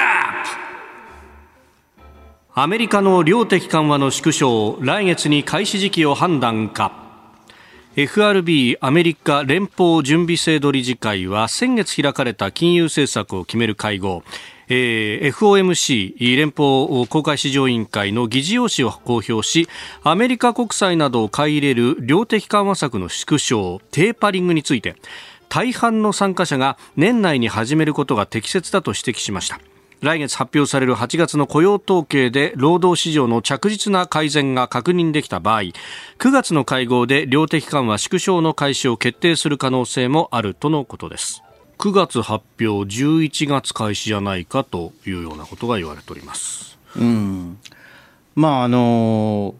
Speaker 1: プ。アメリカの量的緩和の縮小、来月に開始時期を判断か。エフアールビー アメリカ連邦準備制度理事会は先月開かれた金融政策を決める会合、えー、エフオーエムシー 連邦公開市場委員会の議事要旨を公表し、アメリカ国債などを買い入れる量的緩和策の縮小、テーパリングについて大半の参加者が年内に始めることが適切だと指摘しました。来月発表されるはちがつの雇用統計で労働市場の着実な改善が確認できた場合、くがつの会合で量的緩和縮小の開始を決定する可能性もあるとのことです。くがつ発表、じゅういちがつ開始じゃないかというようなことが言われております。
Speaker 3: うん、まああの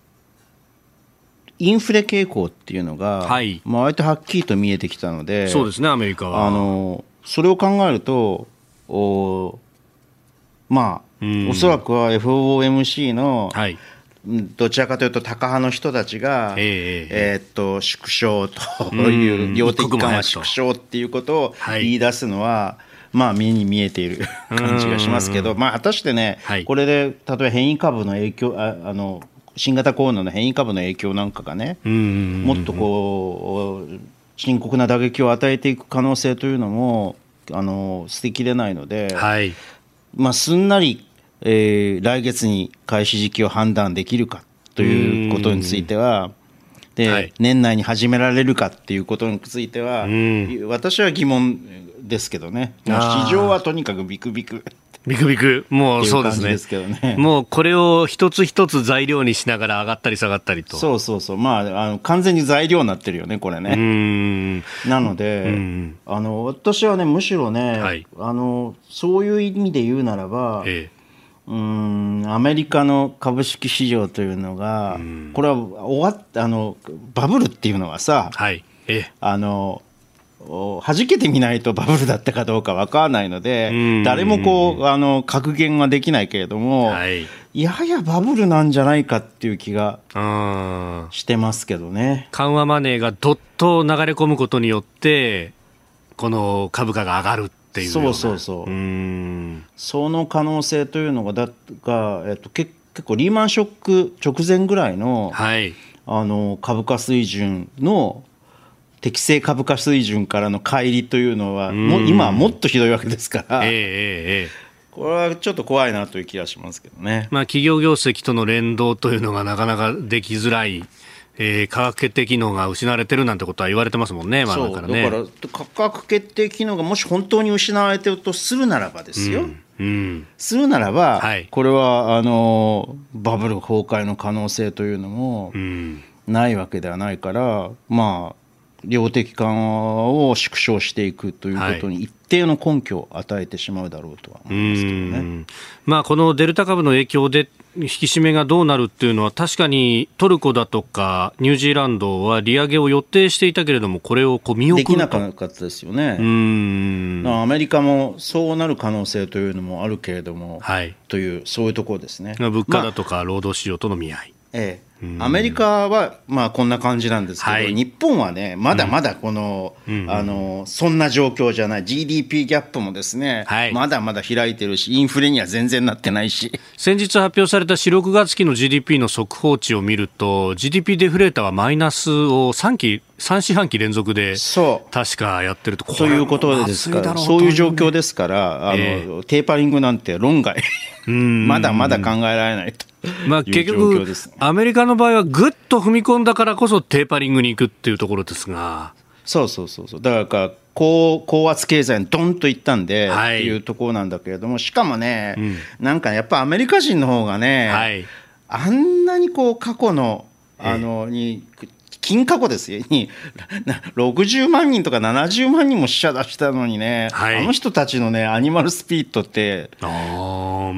Speaker 3: インフレ傾向っていうのが、はい、まあ、割とはっきりと見えてきたので、
Speaker 1: そうですね、アメリカは
Speaker 3: あのそれを考えるとおまあ、おそらくは エフオーエムシー の、はい、どちらかというとタカ派の人たちが、えーえー、っと縮小という量的緩和縮小っていうことを言い出すのは、はい、まあ、目に見えている感じがしますけど、まあ、果たしてね、はい、これで例えば変異株の影響、ああの新型コロナの変異株の影響なんかがね、もっとこう深刻な打撃を与えていく可能性というのもあの捨てきれないので、はい、まあ、すんなり、えー、来月に開始時期を判断できるかということについては、で、はい、年内に始められるかっていうことについては、私は疑問ですけどね。もう市場はとにかくビクビク
Speaker 1: ビクビク、もうそうですね。ですけどね、もうこれを一つ一つ材料にしながら上がったり下がったりと。
Speaker 3: そうそうそう、まあ、あの完全に材料になってるよね、これね。うーん、なので、うん、あの私はね、むしろね、はい、あのそういう意味で言うならば、ええ、うーん、アメリカの株式市場というのが、これは終わっあのバブルっていうのはさ、はい、ええ、あの弾けてみないとバブルだったかどうか分からないので、誰もこうあの格言はできないけれども、はい、ややバブルなんじゃないかっていう気がしてますけどね。
Speaker 1: 緩和マネーがどっと流れ込むことによってこの株価が上がるっていうような、
Speaker 3: そうそうそう、うーん、その可能性というのがだが、えっと、結構リーマンショック直前ぐらいの、はい、あの株価水準の適正株価水準からの乖離というのはもう今はもっとひどいわけですから、えーえー、これはちょっと怖いなという気がしますけどね。
Speaker 1: まあ、企業業績との連動というのがなかなかできづらい、えー、価格決定機能が失われてるなんてことは言われてますもんね。まあ、
Speaker 3: そうだからね、だから価格決定機能がもし本当に失われているとするならばですよ、うんうん、するならば、はい、これはあのバブル崩壊の可能性というのもないわけではないから、まあ量的緩和を縮小していくということに一定の根拠を与えてしまうだろうとは思いますけどね。
Speaker 1: うん、まあ、このデルタ株の影響で引き締めがどうなるっていうのは確かにトルコだとかニュージーランドは利上げを予定していたけれどもこれをこう見送ると
Speaker 3: できなかったですよね。うーん、アメリカもそうなる可能性というのもあるけれども、はい、というそういうところですね。
Speaker 1: 物価だとか労働市場との見合い、
Speaker 3: まあ、ええ、 アメリカはまあこんな感じなんですけど、はい、日本はねまだまだこの、うん、あのそんな状況じゃない。 ジーディーピー ギャップもですね、はい、まだまだ開いてるし、インフレには全然なってないし。
Speaker 1: 先日発表されたしろくがつ期の ジーディーピー の速報値を見ると ジーディーピー デフレーターはマイナスをさんきさん四半期連続で確かやってると。
Speaker 3: ということですから、そういう状況ですから、あの、えー、テーパリングなんて論外まだまだ考えられないと。
Speaker 1: まあ、結局、アメリカの場合はぐっと踏み込んだからこそテーパリングに行くっていうところですが、
Speaker 3: そうそうそうそう、だから高、高圧経済にドンといったんで、はい、っていうところなんだけれども、しかもね、うん、なんかやっぱアメリカ人の方がね、はい、あんなにこう過去のあのに近過去ですよにろくじゅうまんにんとかななじゅうまんにんも死者出したのにね、はい、あの人たちのねアニマルスピリットってあ、うんうん、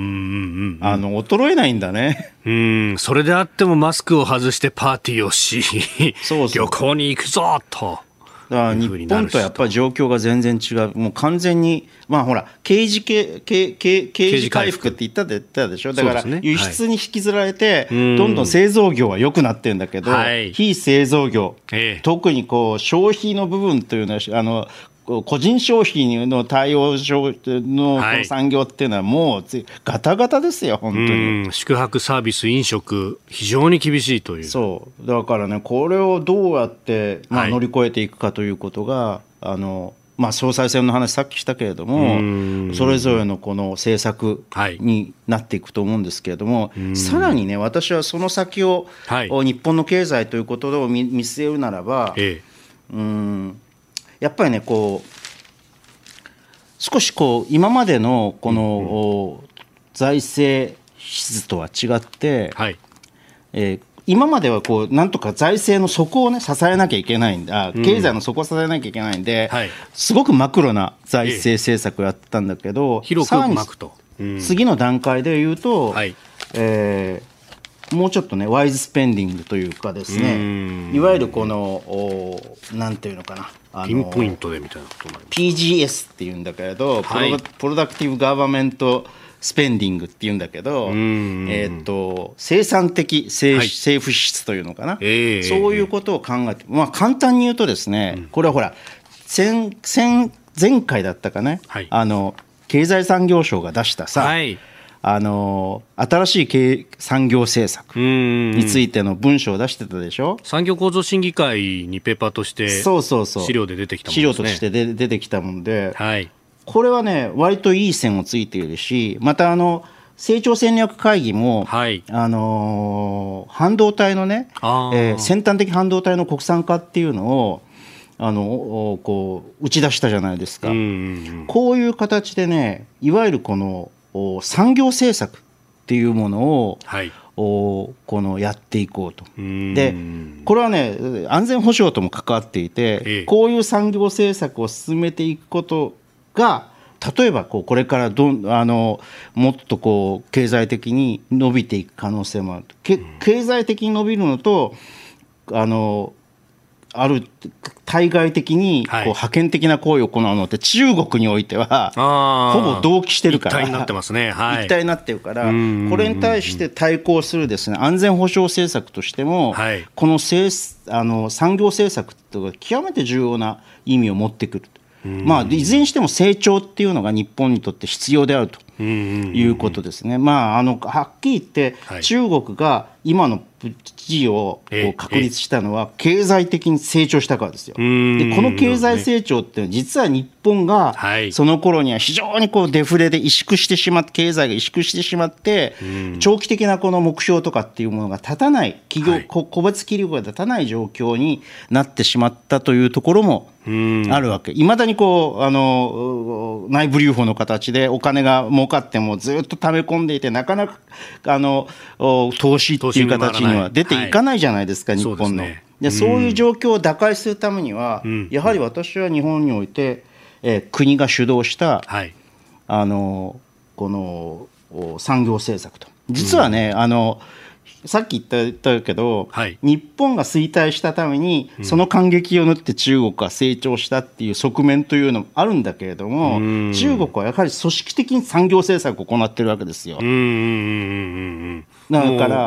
Speaker 3: あの衰えないんだね。
Speaker 1: うん、それであってもマスクを外してパーティーをしそうそう旅行に行くぞと。
Speaker 3: だから日本とやっぱり状況が全然違う。もう完全に、まあほら、刑事系、刑、刑、刑事回復って言ったで、言ったでしょ。だから輸出に引きずられて、どんどん製造業は良くなってるんだけど、非製造業、特にこう消費の部分というのは、あの、個人消費の対応の産業っていうのはもうガタガタですよ本当に。
Speaker 1: 宿泊サービス飲食非常に厳しいという。
Speaker 3: そうだからね、これをどうやって、まあ、乗り越えていくかということが、はい、あのまあ、総裁選の話さっきしたけれども、それぞれのこの政策になっていくと思うんですけれども、はい、さらにね私はその先を、はい、日本の経済ということを 見, 見据えるならば、ええ、うんやっぱりねこう少しこう今までのこの、うん、財政支出とは違って、はいえー、今まではこうなんとか財政の底をね支えなきゃいけないんだ、経済の底を支えなきゃいけないんで、うんはい、すごくマクロな財政政策をやってたんだけど、
Speaker 1: えー、広く巻くと、
Speaker 3: うん、次の段階で言うと、はいえーもうちょっとねワイズスペンディングというかですね、いわゆるこのなんていうのかな、あの
Speaker 1: ピンポイントでみたいなことになります。
Speaker 3: ピージーエス っていうんだけれど、はい、プロダクティブガバメントスペンディングっていうんだけど、えー、と生産的 政,、はい、政府支出というのかな、えー、そういうことを考えて、まあ、簡単に言うとですね、うん、これはほら前, 前, 前回だったかね、はい、あの経済産業省が出したさ、はいあの新しい経産業政策についての文書を出してたでしょ。
Speaker 1: 産業構造審議会にペーパーとして資料で出てきたものですね。
Speaker 3: 資料としてで出てきたもので、はい、これはね割といい線をついているし、またあの成長戦略会議も、はいあのー、半導体のね、えー、先端的半導体の国産化っていうのをあのこう打ち出したじゃないですか。うんうんうん、こういう形でねいわゆるこの産業政策っていうものを、はい、このやっていこうと。でこれはね安全保障とも関わっていて、ええ、こういう産業政策を進めていくことが例えばこうこれからどんあのもっとこう経済的に伸びていく可能性もあると。け経済的に伸びるのとあのある対外的にこう覇権的な行為を行うのって中国においてはほぼ同期してるから
Speaker 1: 一体になってますね、はい、
Speaker 3: 一体になってるからこれに対して対抗するですね安全保障政策としても、はい、この政あの産業政策というのが極めて重要な意味を持ってくると。まあ、いずれにしても成長っていうのが日本にとって必要であるということですね。まあ、あのはっきり言って、はい、中国が今の地位を確立したのは経済的に成長したからですよ。でこの経済成長って実は日本がその頃には非常にこうデフレで萎縮してしまって経済が萎縮してしまって長期的なこの目標とかっていうものが立たない企業、はい、個別企業が立たない状況になってしまったというところもあるわけ。いまだにこうあの内部留保の形でお金が儲かってもずっと溜め込んでいてなかなかあの投資っていう形には出ていかないじゃないですか、はい、日本の。そうですね。でそういう状況を打開するためには、うん、やはり私は日本において、えー、国が主導した、はい、あのこの産業政策と実はね、うん、あのさっき言った、言ったけど、はい、日本が衰退したためにその間隙を縫って中国が成長したっていう側面というのもあるんだけれども、うん、中国はやはり組織的に産業政策を行っているわけですよ。うんだから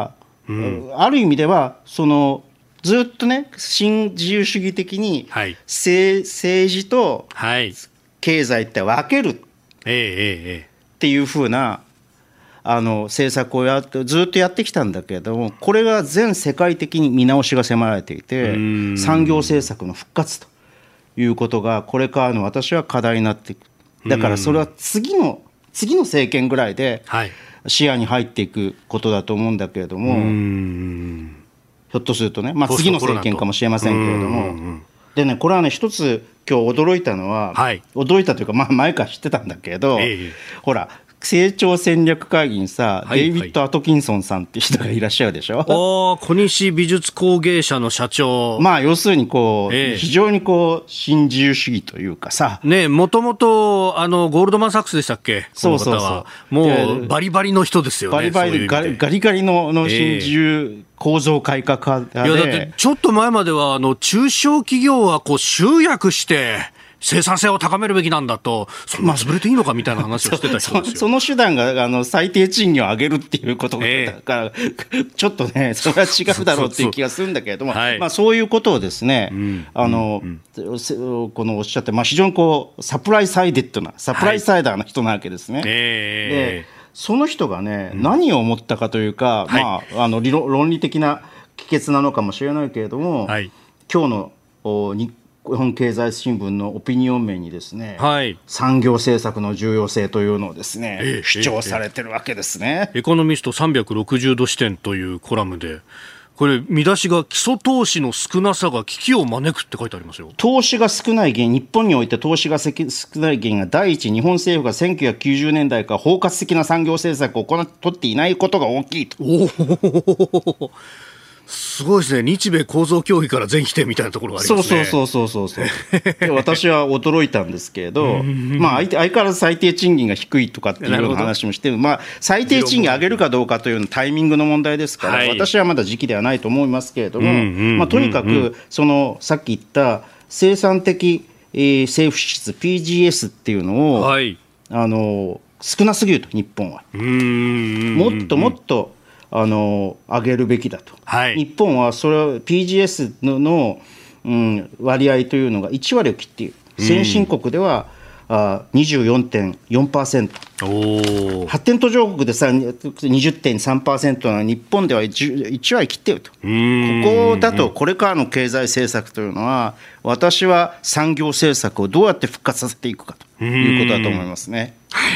Speaker 3: うん、ある意味ではそのずっとね新自由主義的に、はい、政, 政治と経済って分けるっていうふうなあの政策をやってずっとやってきたんだけれども、これが全世界的に見直しが迫られていて、産業政策の復活ということがこれからの私は課題になっていく。だからそれは次の次の政権ぐらいで視野に入っていくことだと思うんだけれども、うーんひょっとするとね、まあ、次の政権かもしれませんけれども、でねこれはね一つ今日驚いたのは、はい、驚いたというか、まあ、前から知ってたんだけど、ええ、ほら成長戦略会議にさ、はい、デイビッド・アトキンソンさんっていう人がいらっしゃるでしょ。
Speaker 1: お小西美術工芸社の社長。
Speaker 3: まあ要するにこう、ええ、非常にこう新自由主義というかさ、
Speaker 1: ね、もともとあのゴールドマン・サックスでしたっけ。
Speaker 3: そうそうそう、
Speaker 1: もうバリバリの人ですよね。
Speaker 3: バリバリガリガリガリ の, の新自由構造改革派で、
Speaker 1: いやだってちょっと前まではあの中小企業はこう集約して生産性を高めるべきなんだと、そんな潰れていいのかみたいな話をしてた人ですよ。
Speaker 3: そ, その手段があの最低賃金を上げるっていうことだから、えー、ちょっとねそれは違うだろうっていう気がするんだけれども、そうそうそう、まあ、そういうことをですね、うん、あの、うんうん、このおっしゃって、まあ、非常にこうサプライサイデッドなサプライサイダーな人なわけですね、はい、でその人がね、うん、何を思ったかというか、はい、まあ、あの理論、論理的な帰結なのかもしれないけれども、はい、今日の日本経済新聞のオピニオン面にですね、はい、産業政策の重要性というのをですね、ええ、主張されてるわけですね。
Speaker 1: エコノミストさんびゃくろくじゅうど視点というコラムで、これ見出しが基礎投資の少なさが危機を招くって書いてありますよ。
Speaker 3: 投資が少ない原因、日本において投資が少ない原因が第一、日本政府がせんきゅうひゃくきゅうじゅうねんだいから包括的な産業政策を行って取っていないことが大きいと。おー
Speaker 1: すごいですね。日米構造協議から全否定みたいなところがありますね。
Speaker 3: そうそうそうそうそうで私は驚いたんですけれどまあ相変わらず最低賃金が低いとかっていうような話もして、まあ、最低賃金上げるかどうかというのはタイミングの問題ですから、はい、私はまだ時期ではないと思いますけれども、まあ、とにかくそのさっき言った生産的、えー、政府支出 ピージーエス っていうのを、はい、あの少なすぎると日本は。うーんもっともっとあの上げるべきだと、はい、日本はそれは ピージーエス の, の、うん、割合というのがいちわりを切っている。先進国では、うん、あ にじゅうよんてんよんパーセント、 お発展途上国でさ にじゅってんさんパーセント なのに日本ではいちわり切っていると。ここだとこれからの経済政策というのは私は産業政策をどうやって復活させていくかということだと思いますね。はい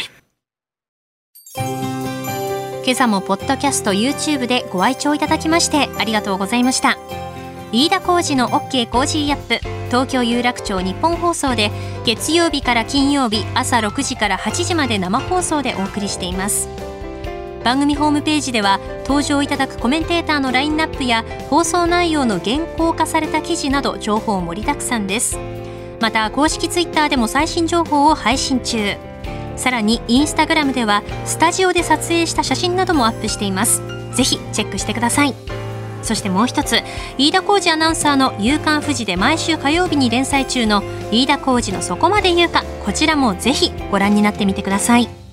Speaker 2: 今朝もポッドキャスト YouTube でご愛聴いただきましてありがとうございました。飯田浩司の OK コージーアップ、東京有楽町日本放送で月曜日から金曜日朝ろくじからはちじまで生放送でお送りしています。番組ホームページでは登場いただくコメンテーターのラインナップや放送内容の原稿化された記事など情報盛りだくさんです。また公式ツイッターでも最新情報を配信中。さらにインスタグラムではスタジオで撮影した写真などもアップしています。ぜひチェックしてください。そしてもう一つ、飯田浩司アナウンサーの夕刊フジで毎週火曜日に連載中の飯田浩司のそこまで言うか、こちらもぜひご覧になってみてください。